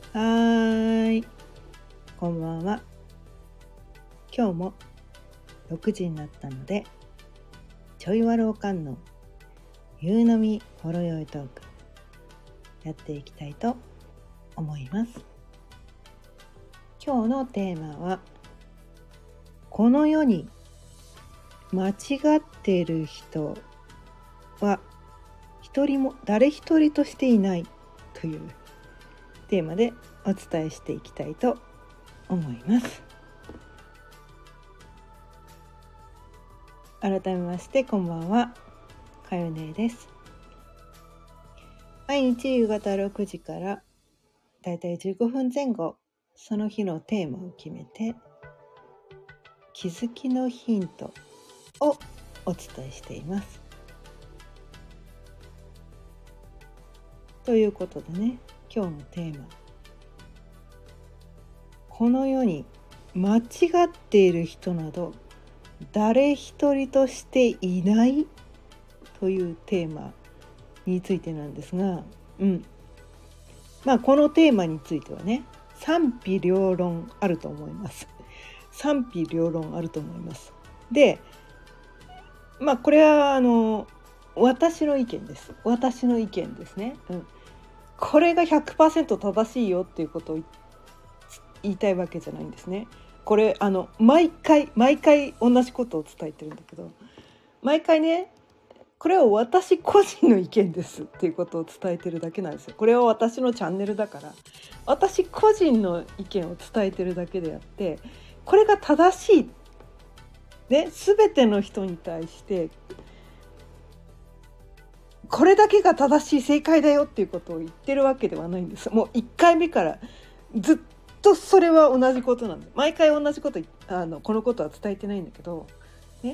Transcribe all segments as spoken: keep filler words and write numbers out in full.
はーい、こんばんは。今日もろくじになったので、ちょいわるおかんの夕飲みほろよいトークやっていきたいと思います。今日のテーマは、この世に間違っている人は一人も誰一人としていないというテーマでお伝えしていきたいと思います。改めましてこんばんは、かよねです。毎日夕方ろくじからだいたいじゅうごふんぜん後、その日のテーマを決めて気づきのヒントをお伝えしています。ということでね、今日のテーマ、この世に間違っている人など誰一人としていないというテーマについてなんですが、うん、まあこのテーマについてはね、賛否両論あると思います。賛否両論あると思います。で、まあこれはあの私の意見です。私の意見ですね。うん、これが ひゃくパーセント 正しいよっていうことを言いたいわけじゃないんですね。これあの毎回毎回同じことを伝えてるんだけど、毎回ね、これは私個人の意見ですっていうことを伝えてるだけなんですよ。これは私のチャンネルだから、私個人の意見を伝えてるだけであって、これが正しいね、全ての人に対してこれだけが正しい正解だよっていうことを言ってるわけではないんです。もういっかいめからずっとそれは同じことなんです。毎回同じこと、あのこのことは伝えてないんだけどね、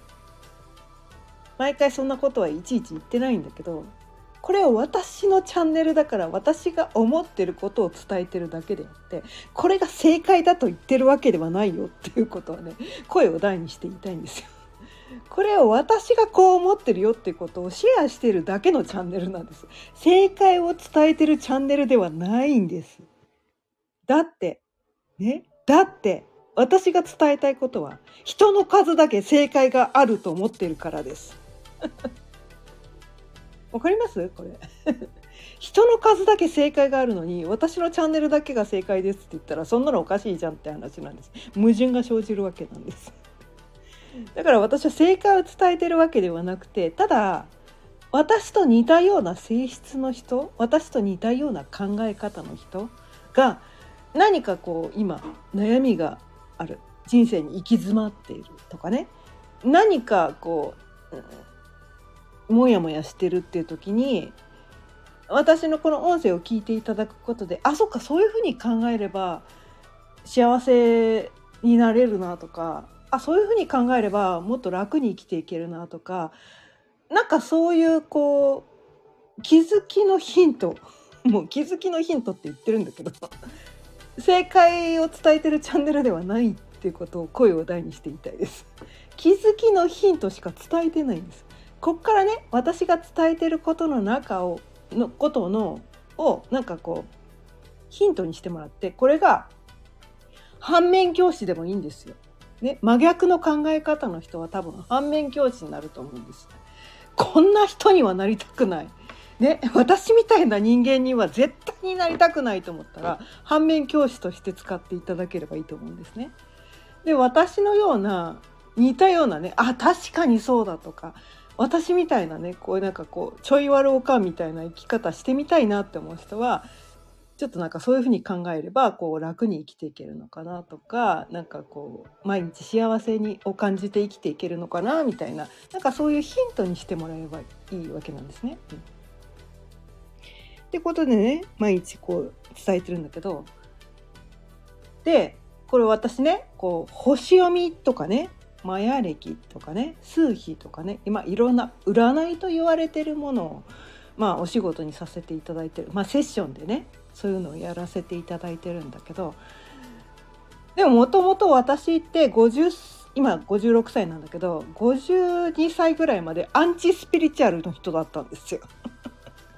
毎回そんなことはいちいち言ってないんだけど、これは私のチャンネルだから私が思ってることを伝えてるだけであって、これが正解だと言ってるわけではないよっていうことはね、声を大にして言いたいんですよ。これを私がこう思ってるよっていうことをシェアしてるだけのチャンネルなんです。正解を伝えてるチャンネルではないんです。だってね、だって私が伝えたいことは人の数だけ正解があると思ってるからです。わかりますこれ人の数だけ正解があるのに私のチャンネルだけが正解ですって言ったら、そんなのおかしいじゃんって話なんです。矛盾が生じるわけなんですだから私は正解を伝えてるわけではなくて、ただ私と似たような性質の人、私と似たような考え方の人が何かこう今悩みがある、人生に行き詰まっているとかね、何かこう、うんもやもやしてるっていう時に、私のこの音声を聞いていただくことで、あ、そっか、そういうふうに考えれば幸せになれるなとか、あ、そういうふうに考えればもっと楽に生きていけるなとか、なんかそういうこう気づきのヒントもう気づきのヒントって言ってるんだけど正解を伝えてるチャンネルではないっていうことを声を大にして言いたいです。気づきのヒントしか伝えてないんです。こっからね、私が伝えてることの中をのことのをなんかこうヒントにしてもらって、これが反面教師でもいいんですよ、ね、真逆の考え方の人は多分反面教師になると思うんです。こんな人にはなりたくない、ね、私みたいな人間には絶対になりたくないと思ったら、反面教師として使っていただければいいと思うんですね。で、私のような似たようなね、あ、確かにそうだとか、私みたいなね、こうなんかこうちょい悪おかんみたいな生き方してみたいなって思う人は、ちょっとなんかそういうふうに考えればこう楽に生きていけるのかなとか、なんかこう毎日幸せにを感じて生きていけるのかなみたいな、なんかそういうヒントにしてもらえばいいわけなんですね。うん、ってことでね、毎日こう伝えてるんだけど、でこれ私ね、こう星読みとかね、マヤ暦とかね、数秘とかね、今いろんな占いと言われてるものをまあお仕事にさせていただいてる、まあセッションでね、そういうのをやらせていただいてるんだけど、でももともと私ってごじゅう今ごじゅうろくさいなんだけど、ごじゅうにさいぐらいまでアンチスピリチュアルの人だったんですよ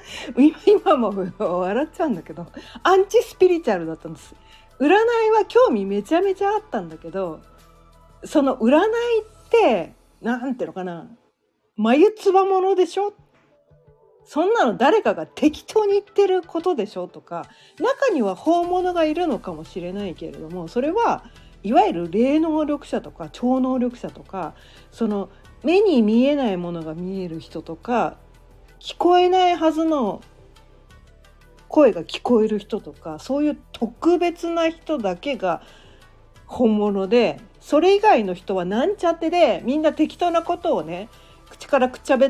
今今も笑っちゃうんだけど、アンチスピリチュアルだったんです。占いは興味めちゃめちゃあったんだけど、その占いってなんていうのかな、眉唾物でしょ、そんなの誰かが適当に言ってることでしょとか、中には本物がいるのかもしれないけれども、それはいわゆる霊能力者とか超能力者とか、その目に見えないものが見える人とか、聞こえないはずの声が聞こえる人とか、そういう特別な人だけが本物で、それ以外の人はなんちゃってで、みんな適当なことをね口からくっちゃべって、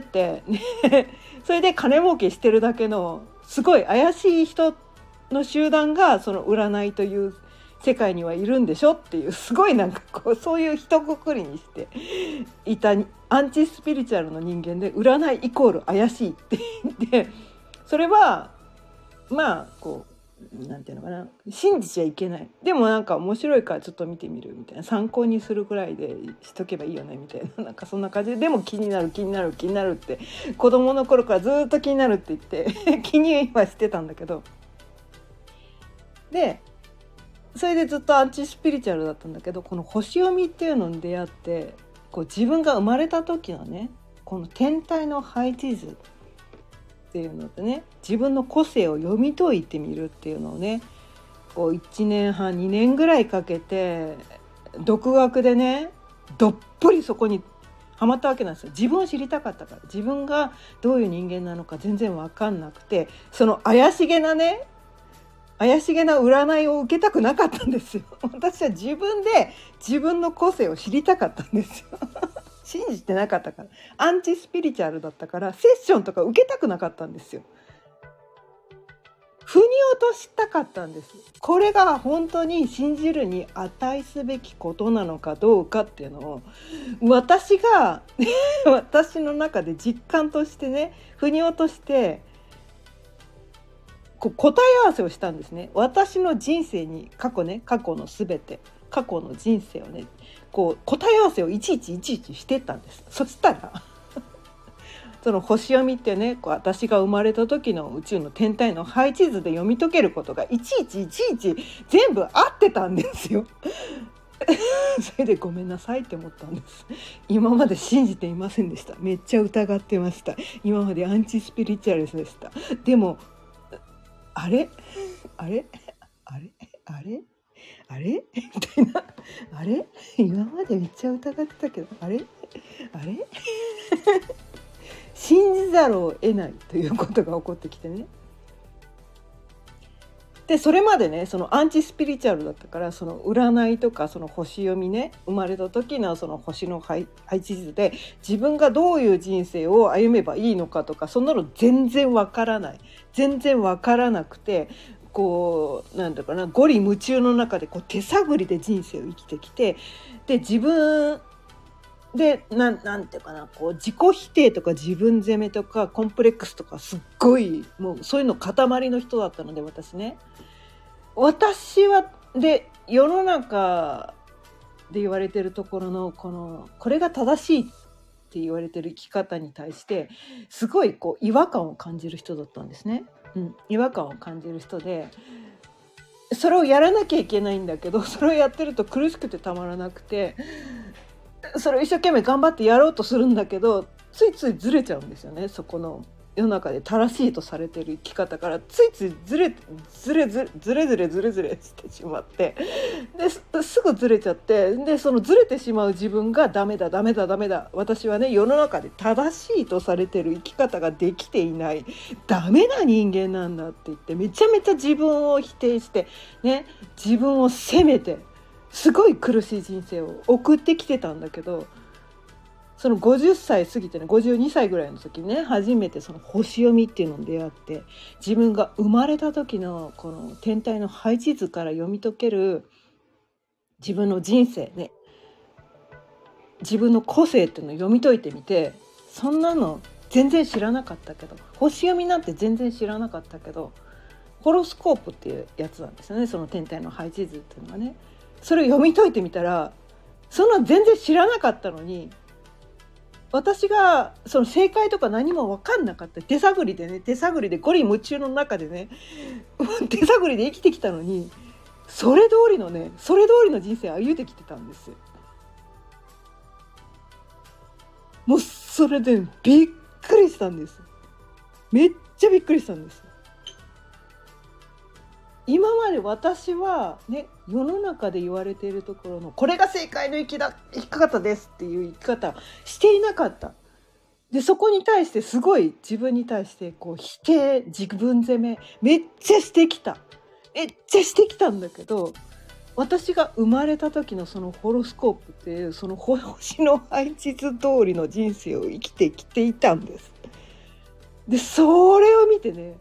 ね、それで金儲けしてるだけのすごい怪しい人の集団がその占いという世界にはいるんでしょっていう、すごいなんかこうそういう一括りにしていたアンチスピリチュアルの人間で、占いイコール怪しいって言って、それはまあこうなんていうのかな、信じちゃいけない、でもなんか面白いからちょっと見てみるみたいな、参考にするぐらいでしとけばいいよねみたいな、なんかそんな感じで、でも気になる気になる気になるって子供の頃からずっと気になるって言って気にはしてたんだけど、でそれでずっとアンチスピリチュアルだったんだけど、この星読みっていうのに出会って、こう自分が生まれた時のねこの天体の配置図っていうのでね、自分の個性を読み解いてみるっていうのをね、こういちねんはんにねんぐらいかけて独学でねどっぷりそこにハマったわけなんですよ。自分を知りたかったから、自分がどういう人間なのか全然分かんなくて、その怪しげなね怪しげな占いを受けたくなかったんですよ。私は自分で自分の個性を知りたかったんですよ。信じてなかったから、アンチスピリチュアルだったから、セッションとか受けたくなかったんですよ。腑に落としたかったんです。これが本当に信じるに値すべきことなのかどうかっていうのを私が私の中で実感としてね腑に落として、こう答え合わせをしたんですね。私の人生に過去ね過去のすべて過去の人生をねこう答え合わせをいちいちいちいちしてったんです。そしたらその星読みってね、こう私が生まれた時の宇宙の天体の配置図で読み解けることがいちいちいちいち全部合ってたんですよ。それでごめんなさいって思ったんです。今まで信じていませんでした。めっちゃ疑ってました。今までアンチスピリチュアルでした。でもあれあれあれあれあれみたいな、あれ今までめっちゃ疑ってたけど、あれあれ信じざるを得ないということが起こってきてね。でそれまでねそのアンチスピリチュアルだったから、その占いとかその星読みね、生まれた時のその星の配置図で自分がどういう人生を歩めばいいのかとか、そんなの全然わからない、全然わからなくて、こうなんだかな、五里夢中の中でこう手探りで人生を生きてきて、で自分でな ん, なんていうかな、こう自己否定とか自分責めとかコンプレックスとかすっごいもうそういうの塊の人だったので、私ね私はで世の中で言われてるところのこのこれが正しいって言われてる生き方に対してすごいこう違和感を感じる人だったんですね、うん、違和感を感じる人で、それをやらなきゃいけないんだけど、それをやってると苦しくてたまらなくて、それを一生懸命頑張ってやろうとするんだけど、ついついずれちゃうんですよね。そこの世の中で正しいとされている生き方からついついずれずれずれずれずれずれずれしてしまって、ですぐずれちゃって、でそのずれてしまう自分がダメだダメだダメだ、私はね世の中で正しいとされている生き方ができていないダメな人間なんだって言って、めちゃめちゃ自分を否定してね、自分を責めてすごい苦しい人生を送ってきてたんだけど、そのごじゅっさい過ぎてねごじゅうにさいぐらいの時にね初めてその星読みっていうのに出会って、自分が生まれた時のこの天体の配置図から読み解ける自分の人生ね、自分の個性っていうのを読み解いてみて、そんなの全然知らなかったけど、星読みなんて全然知らなかったけど、ホロスコープっていうやつなんですよね、その天体の配置図っていうのはね。それを読み解いてみたら、そんな全然知らなかったのに私がその正解とか何も分かんなかった、手探りでね手探りでゴリ夢中の中でね手探りで生きてきたのに、それ通りのねそれ通りの人生を歩いてきてたんですよ。もうそれでびっくりしたんです。めっちゃびっくりしたんです。今まで私はね、世の中で言われているところのこれが正解の生きだ生き方ですっていう生き方していなかった。でそこに対してすごい自分に対してこう否定、自分責めめっちゃしてきためっちゃしてきたんだけど、私が生まれた時のそのホロスコープっていうその星の配置図通りの人生を生きてきていたんです。でそれを見てね、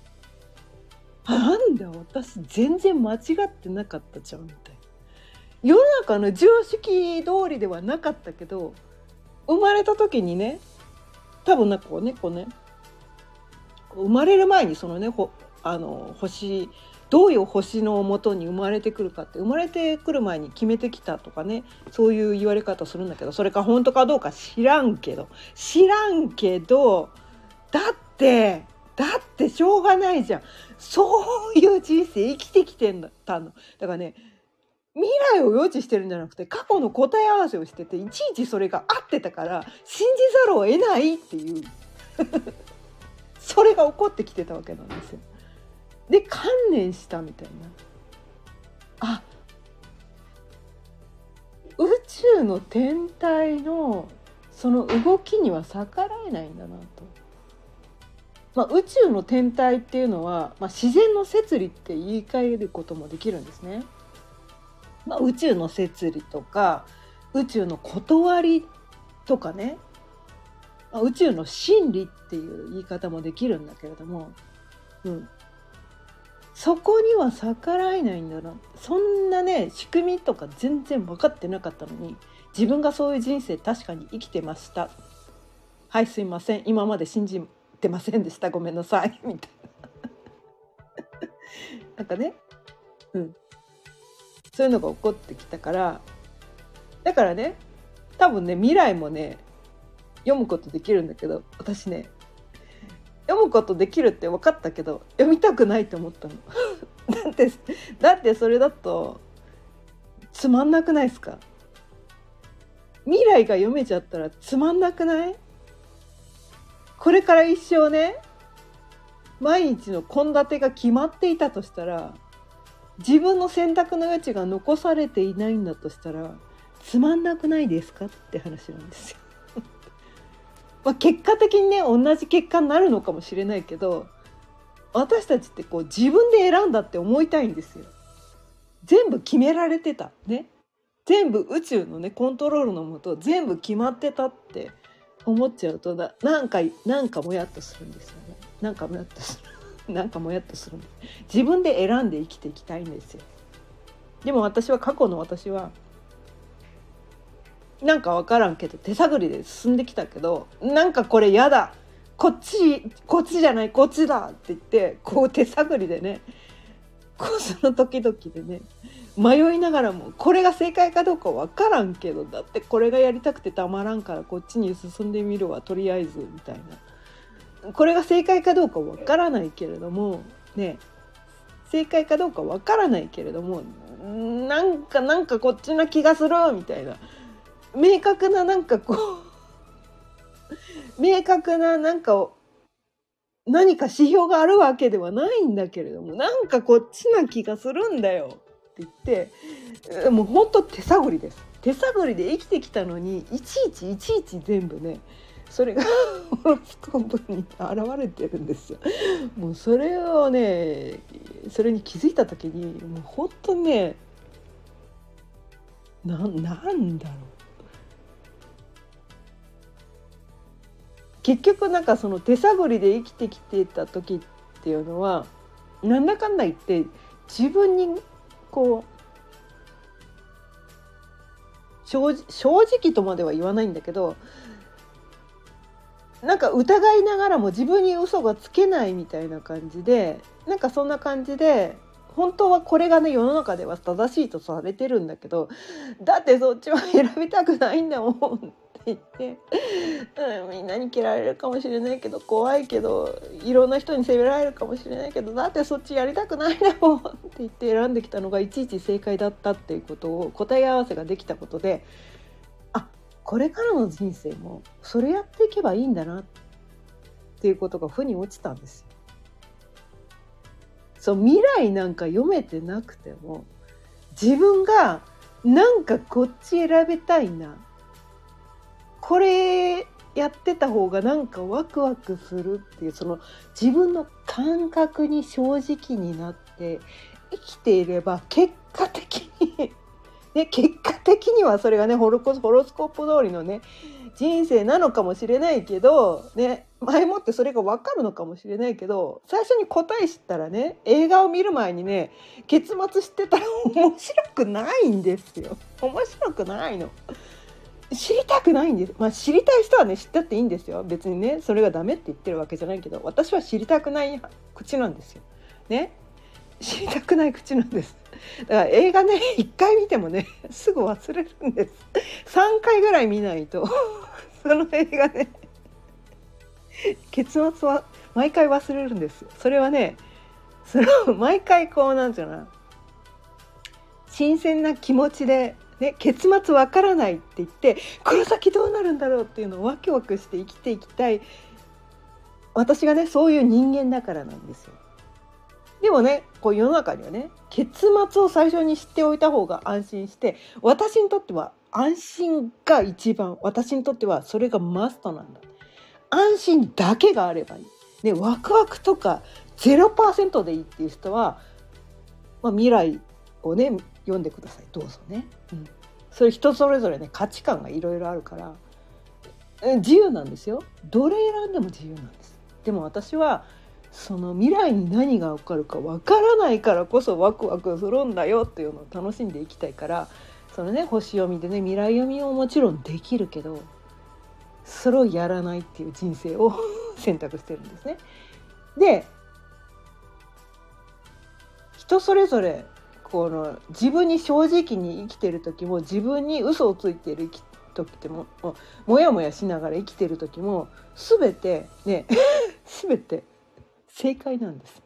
なんだ私全然間違ってなかったじゃんみたいな。世の中の常識通りではなかったけど、生まれた時にね、多分なんかこうねこうね生まれる前にそのねほあの星どういう星のもとに生まれてくるかって、生まれてくる前に決めてきたとかね、そういう言われ方するんだけど、それか本当かどうか知らんけど知らんけどだってだってしょうがないじゃん。そういう人生生きてきてんだったの。だからね、未来を予知してるんじゃなくて過去の答え合わせをしてて、いちいちそれが合ってたから信じざるを得ないっていうそれが起こってきてたわけなんですよ。で観念したみたいな、あ、宇宙の天体のその動きには逆らえないんだなと。まあ、宇宙の天体っていうのは、まあ、自然の摂理って言い換えることもできるんですね。まあ、宇宙の摂理とか宇宙の断りとかね、まあ、宇宙の真理っていう言い方もできるんだけれども、うん、そこには逆らえないんだな。そんなね仕組みとか全然分かってなかったのに、自分がそういう人生確かに生きてました、はいすいません今まで信じてませんでしたごめんなさいみたいななんかね、うん、そういうのが起こってきたから、だからね多分ね未来もね読むことできるんだけど、私ね読むことできるって分かったけど読みたくないと思ったのだってだってそれだとつまんなくないですか？未来が読めちゃったらつまんなくない？これから一生ね毎日の献立が決まっていたとしたら、自分の選択の余地が残されていないんだとしたらつまんなくないですかって話なんですよまあ結果的にね同じ結果になるのかもしれないけど、私たちってこう自分で選んだって思いたいんですよ。全部決められてたね、全部宇宙のねコントロールのもと全部決まってたって思っちゃうとな、なんかなんかもやっとするんですよね。なんかもやっとするなんかもやっとするんです。自分で選んで生きていきたいんですよ。でも私は過去の私はなんか分からんけど手探りで進んできたけど、なんかこれやだこっちこっちじゃないこっちだって言ってこう手探りでね、こうその時々でね迷いながらもこれが正解かどうか分からんけど、だってこれがやりたくてたまらんからこっちに進んでみるわとりあえずみたいな、これが正解かどうか分からないけれどもね、正解かどうか分からないけれどもなんかなんかこっちな気がするみたいな、明確ななんかこう明確ななんか何か指標があるわけではないんだけれども、なんかこっちな気がするんだよって言って、もうほんと手探りです。手探りで生きてきたのにいちいちいちいち全部ねそれがホロスコープに現れてるんですよ。もうそれをねそれに気づいた時にもうほんとねな、なんだろう、結局なんかその手探りで生きてきてた時っていうのはなんだかんだ言って自分にこう正直、正直とまでは言わないんだけど、なんか疑いながらも自分に嘘がつけないみたいな感じで、なんかそんな感じで本当はこれがね世の中では正しいとされてるんだけど、だってそっちは選びたくないんだもん言って、うん、みんなに嫌われるかもしれないけど怖いけどいろんな人に責められるかもしれないけどだってそっちやりたくないだろうって言って選んできたのがいちいち正解だったっていうことを答え合わせができたことで、あ、これからの人生もそれやっていけばいいんだなっていうことが腑に落ちたんですよ。そう未来なんか読めてなくても自分がなんかこっち選べたいな、これやってた方がなんかワクワクするっていうその自分の感覚に正直になって生きていれば結果的にね、結果的にはそれがねホロコホロスコープ通りのね人生なのかもしれないけどね、前もってそれが分かるのかもしれないけど最初に答え知ったらね映画を見る前にね結末知ってたら面白くないんですよ。面白くないの。知りたくないんです。まあ知りたい人はね知ったっていいんですよ。別にねそれがダメって言ってるわけじゃないけど私は知りたくない口なんですよ。ね。知りたくない口なんです。だから映画ねいっかい見てもねすぐ忘れるんです。さんかいぐらい見ないとその映画ね結末は毎回忘れるんですよ。それはねその毎回こうなんていうのかな、新鮮な気持ちで、ね、結末わからないって言ってこの先どうなるんだろうっていうのをワクワクして生きていきたい私がねそういう人間だからなんですよ。でもねこう世の中にはね結末を最初に知っておいた方が安心して私にとっては安心が一番、私にとってはそれがマストなんだ、安心だけがあればいい、ね、ワクワクとか ゼロパーセント でいいっていう人は、まあ、未来をね読んでくださいどうぞね、うん、それ人それぞれね価値観がいろいろあるから自由なんですよ。どれ選んでも自由なんです。でも私はその未来に何が起こるかわからないからこそワクワクするんだよっていうのを楽しんでいきたいから、そのね星読みでね未来読みももちろんできるけどそれをやらないっていう人生を選択してるんですね。で人それぞれこの自分に正直に生きてる時も自分に嘘をついてる時ってももやもやしながら生きてる時も全てね全て正解なんです。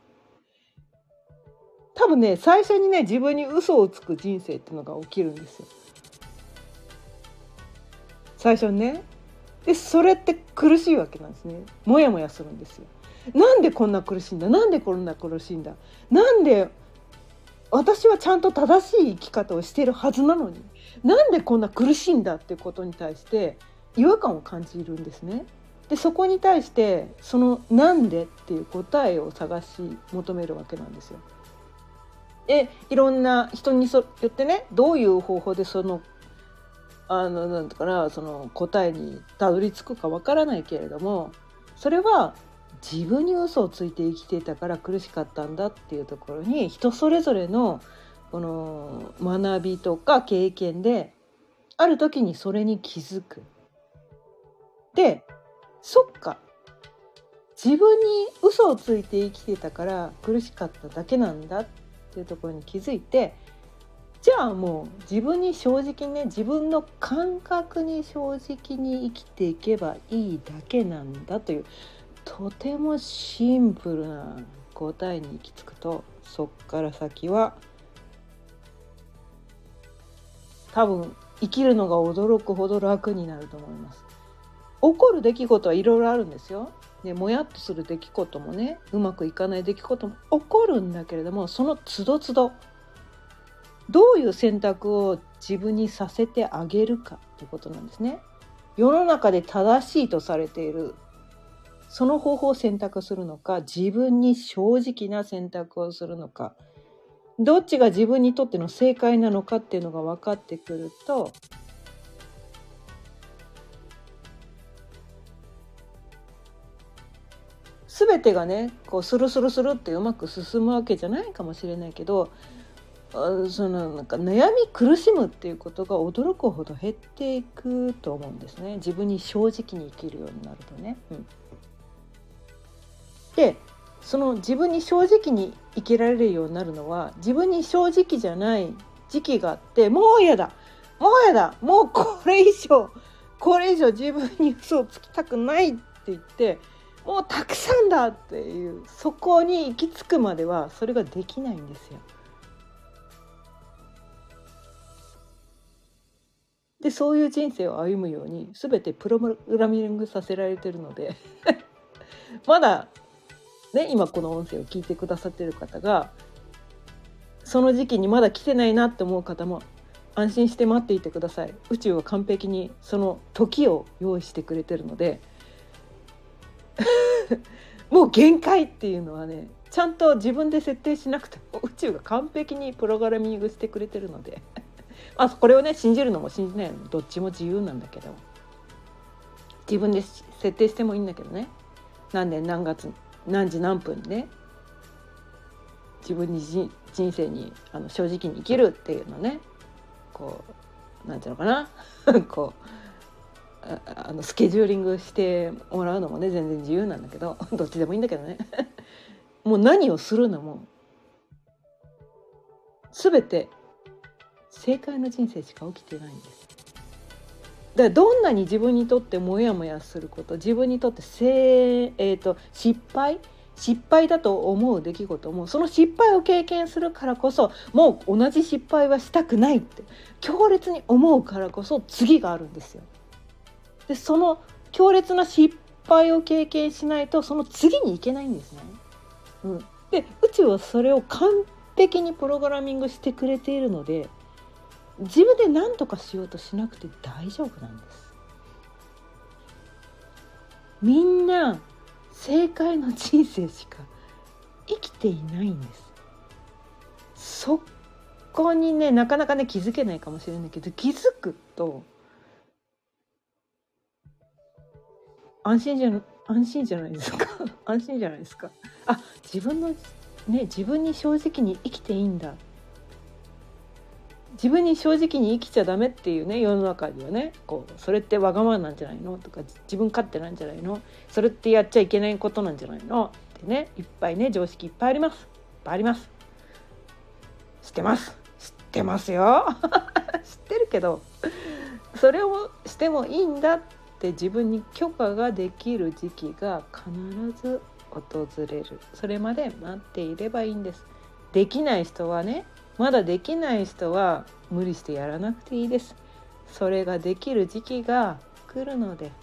多分ね最初にね自分に嘘をつく人生っていうのが起きるんですよ最初にね。でそれって苦しいわけなんですね。もやもやするんですよ。なんでこんな苦しいんだ、なんでこんな苦しいんだ、なんで私はちゃんと正しい生き方をしているはずなのになんでこんな苦しいんだっていうことに対して違和感を感じるんですね。でそこに対してそのなんでっていう答えを探し求めるわけなんですよ。でいろんな人によってねどういう方法でそのあのなんとかなその答えにたどり着くかわからないけれどもそれは自分に嘘をついて生きていたから苦しかったんだっていうところに人それぞれのこの学びとか経験である時にそれに気づく。でそっか自分に嘘をついて生きていたから苦しかっただけなんだっていうところに気づいて、じゃあもう自分に正直にね自分の感覚に正直に生きていけばいいだけなんだというとてもシンプルな答えに行き着くとそっから先は多分生きるのが驚くほど楽になると思います。起こる出来事はいろいろあるんですよ。でもやっとする出来事もねうまくいかない出来事も起こるんだけれどもその都度都度どういう選択を自分にさせてあげるかということなんですね。世の中で正しいとされているその方法を選択するのか自分に正直な選択をするのかどっちが自分にとっての正解なのかっていうのが分かってくると全てがねこうスルスルスルってうまく進むわけじゃないかもしれないけどあそのなんか悩み苦しむっていうことが驚くほど減っていくと思うんですね。自分に正直に生きるようになるとね、うん、でその自分に正直に生きられるようになるのは自分に正直じゃない時期があってもうやだもうやだもうこれ以上これ以上自分に嘘をつきたくないって言ってもうたくさんだっていうそこに行き着くまではそれができないんですよ。でそういう人生を歩むように全てプログラミングさせられてるのでまだね今この音声を聞いてくださってる方がその時期にまだ来てないなって思う方も安心して待っていてください。宇宙は完璧にその時を用意してくれてるのでもう限界っていうのはねちゃんと自分で設定しなくても宇宙が完璧にプログラミングしてくれてるのでまあこれをね信じるのも信じないのもどっちも自由なんだけど自分で設定してもいいんだけどね何年何月何時何分ね自分に人生にあの正直に生きるっていうのねこうなんていうのかなこう あ, あのスケジューリングしてもらうのもね全然自由なんだけどどっちでもいいんだけどねもう何をするのも全て正解の人生しか起きてないんです。だからどんなに自分にとってモヤモヤすること自分にとってせ、えーと、失敗失敗だと思う出来事もその失敗を経験するからこそもう同じ失敗はしたくないって強烈に思うからこそ次があるんですよ。でその強烈な失敗を経験しないとその次に行けないんですね、うん、で宇宙はそれを完璧にプログラミングしてくれているので自分で何とかしようとしなくて大丈夫なんです。みんな正解の人生しか生きていないんです。そこにねなかなかね気づけないかもしれないけど気づくと安心じゃ安心じゃないですか安心じゃないですか。あ、自分のね自分に正直に生きていいんだ。自分に正直に生きちゃダメっていうね世の中にはねこうそれってわがままなんじゃないのとか自分勝手なんじゃないのそれってやっちゃいけないことなんじゃないのってねいっぱいね常識いっぱいありますいっぱいあります知ってます知ってますよ知ってるけどそれをしてもいいんだって自分に許可ができる時期が必ず訪れる。それまで待っていればいいんです。できない人はねまだできない人は無理してやらなくていいです。それができる時期が来るので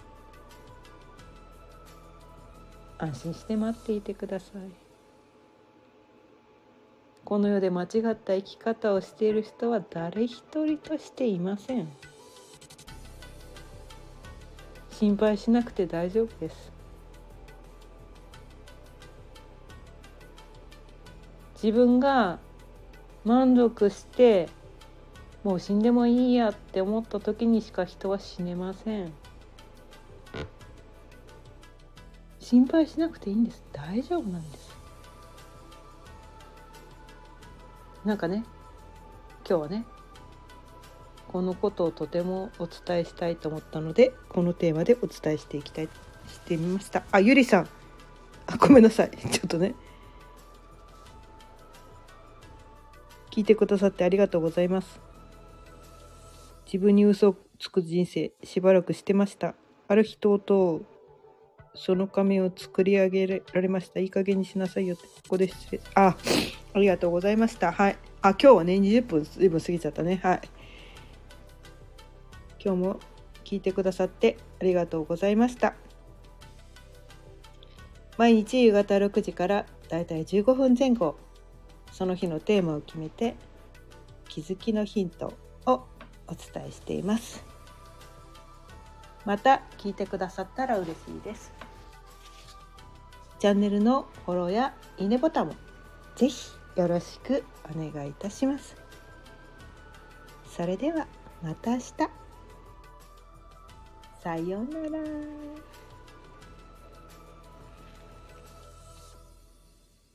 安心して待っていてください。この世で間違った生き方をしている人は誰一人としていません。心配しなくて大丈夫です。自分が満足してもう死んでもいいやって思った時にしか人は死ねません。心配しなくていいんです。大丈夫なんです。なんかね今日はねこのことをとてもお伝えしたいと思ったのでこのテーマでお伝えしていきたいしてみました。あ、ゆりさんあごめんなさいちょっとね聞いてくださってありがとうございます。自分に嘘をつく人生しばらくしてました。ある日とうとうその紙を作り上げられました。いい加減にしなさいよってここで失礼。あ、ありがとうございました。はい。あ、今日はねにじゅっぷんずいぶん過ぎちゃったね。はい。今日も聞いてくださってありがとうございました。毎日夕方ろくじからだいたいじゅうごふんぜん後その日のテーマを決めて気づきのヒントをお伝えしています。また聞いてくださったら嬉しいです。チャンネルのフォローやいいねボタンもぜひよろしくお願いいたします。それではまた明日。さようなら。